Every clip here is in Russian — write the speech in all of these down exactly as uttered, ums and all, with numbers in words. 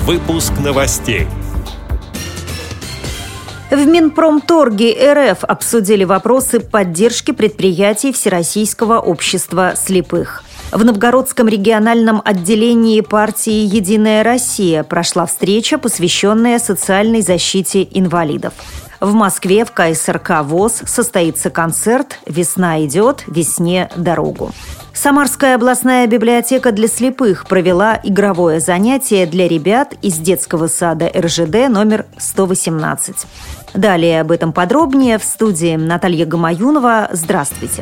Выпуск новостей. В Минпромторге РФ обсудили вопросы поддержки предприятий Всероссийского общества слепых. В Новгородском региональном отделении партии «Единая Россия» прошла встреча, посвященная социальной защите инвалидов. В Москве в ка эс эр ка ВОС состоится концерт «Весна идет, весне дорогу». Самарская областная библиотека для слепых провела игровое занятие для ребят из детского сада эр жэ дэ номер сто восемнадцать. Далее об этом подробнее в студии Наталья Гамаюнова. Здравствуйте.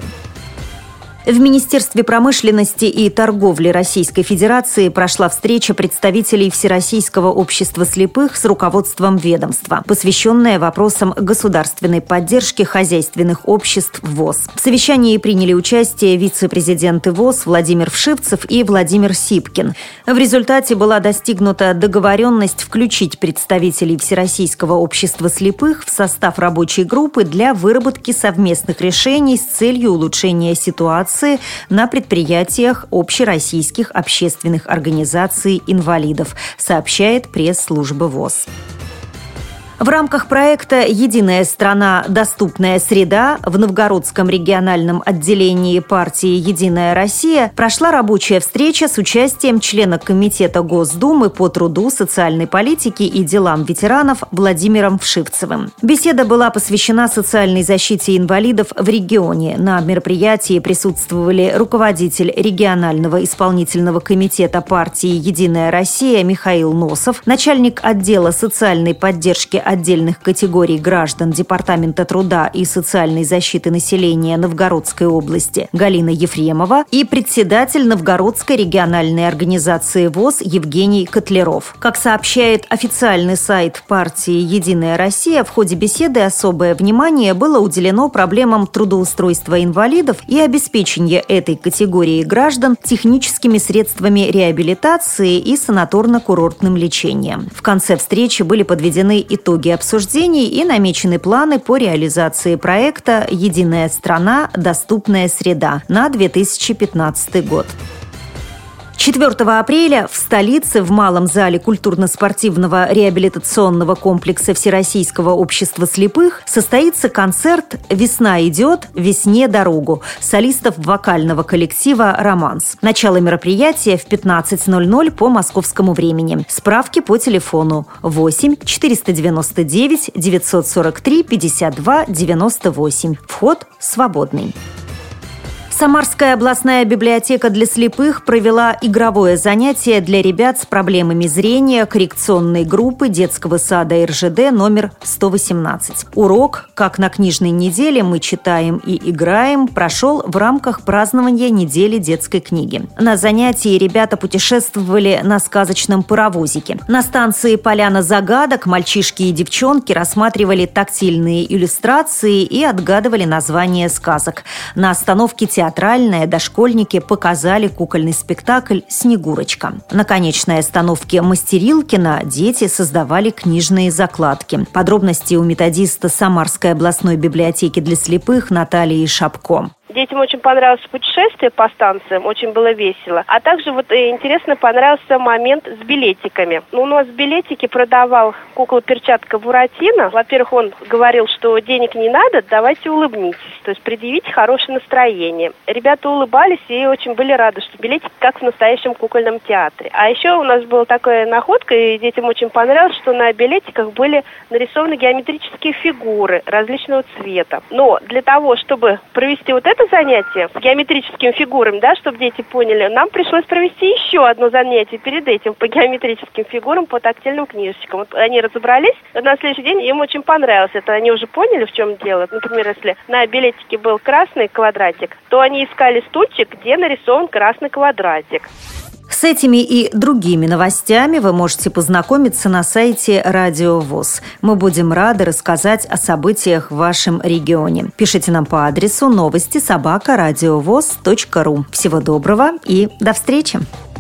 В Министерстве промышленности и торговли Российской Федерации прошла встреча представителей Всероссийского общества слепых с руководством ведомства, посвященная вопросам государственной поддержки хозяйственных обществ ВОС. В совещании приняли участие вице-президенты ВОС Владимир Вшивцев и Владимир Сипкин. В результате была достигнута договоренность включить представителей Всероссийского общества слепых в состав рабочей группы для выработки совместных решений с целью улучшения ситуации на предприятиях общероссийских общественных организаций инвалидов, сообщает пресс-служба ВОС. В рамках проекта «Единая страна. Доступная среда» в Новгородском региональном отделении партии «Единая Россия» прошла рабочая встреча с участием члена Комитета Госдумы по труду, социальной политике и делам ветеранов Владимиром Вшивцевым. Беседа была посвящена социальной защите инвалидов в регионе. На мероприятии присутствовали руководитель регионального исполнительного комитета партии «Единая Россия» Михаил Носов, начальник отдела социальной поддержки отдельных категорий граждан Департамента труда и социальной защиты населения Новгородской области Галина Ефремова и председатель Новгородской региональной организации ВОС Евгений Котляров. Как сообщает официальный сайт партии «Единая Россия», в ходе беседы особое внимание было уделено проблемам трудоустройства инвалидов и обеспечения этой категории граждан техническими средствами реабилитации и санаторно-курортным лечением. В конце встречи были подведены итоги обсуждений и намечены планы по реализации проекта «Единая страна. Доступная среда» на две тысячи пятнадцатый год. четвёртого апреля в столице в Малом зале культурно-спортивного реабилитационного комплекса Всероссийского общества слепых состоится концерт «Весна идет, весне дорогу» солистов вокального коллектива «Романс». Начало мероприятия в пятнадцать ноль ноль по московскому времени. Справки по телефону восемь четыреста девяносто девять девятьсот сорок три пятьдесят два девяносто восемь. Вход свободный. Самарская областная библиотека для слепых провела игровое занятие для ребят с проблемами зрения коррекционной группы детского сада эр жэ дэ номер сто восемнадцать. Урок «Как на книжной неделе мы читаем и играем» прошел в рамках празднования недели детской книги. На занятии ребята путешествовали на сказочном паровозике. На станции «Поляна загадок» мальчишки и девчонки рассматривали тактильные иллюстрации и отгадывали названия сказок. На остановке театра Театральная дошкольники показали кукольный спектакль «Снегурочка». На конечной остановке Мастерилкина дети создавали книжные закладки. Подробности у методиста Самарской областной библиотеки для слепых Натальи Шапко. Детям очень понравилось путешествие по станциям, очень было весело. А также вот э, интересно понравился момент с билетиками. Ну, у нас билетики продавал кукла-перчатка Буратино. Во-первых, он говорил, что денег не надо, давайте улыбнитесь. То есть предъявите хорошее настроение. Ребята улыбались и очень были рады, что билетики как в настоящем кукольном театре. А еще у нас была такая находка, и детям очень понравилось, что на билетиках были нарисованы геометрические фигуры различного цвета. Но для того, чтобы провести вот это занятие с геометрическими фигурами, да, чтобы дети поняли, нам пришлось провести еще одно занятие перед этим по геометрическим фигурам, по тактильным книжечкам. Вот они разобрались, на следующий день им очень понравилось. Это они уже поняли, в чем дело. Например, если на билетике был красный квадратик, то они искали стульчик, где нарисован красный квадратик. С этими и другими новостями вы можете познакомиться на сайте Радио ВОС. Мы будем рады рассказать о событиях в вашем регионе. Пишите нам по адресу новости собака радиовос точка ру. Всего доброго и до встречи!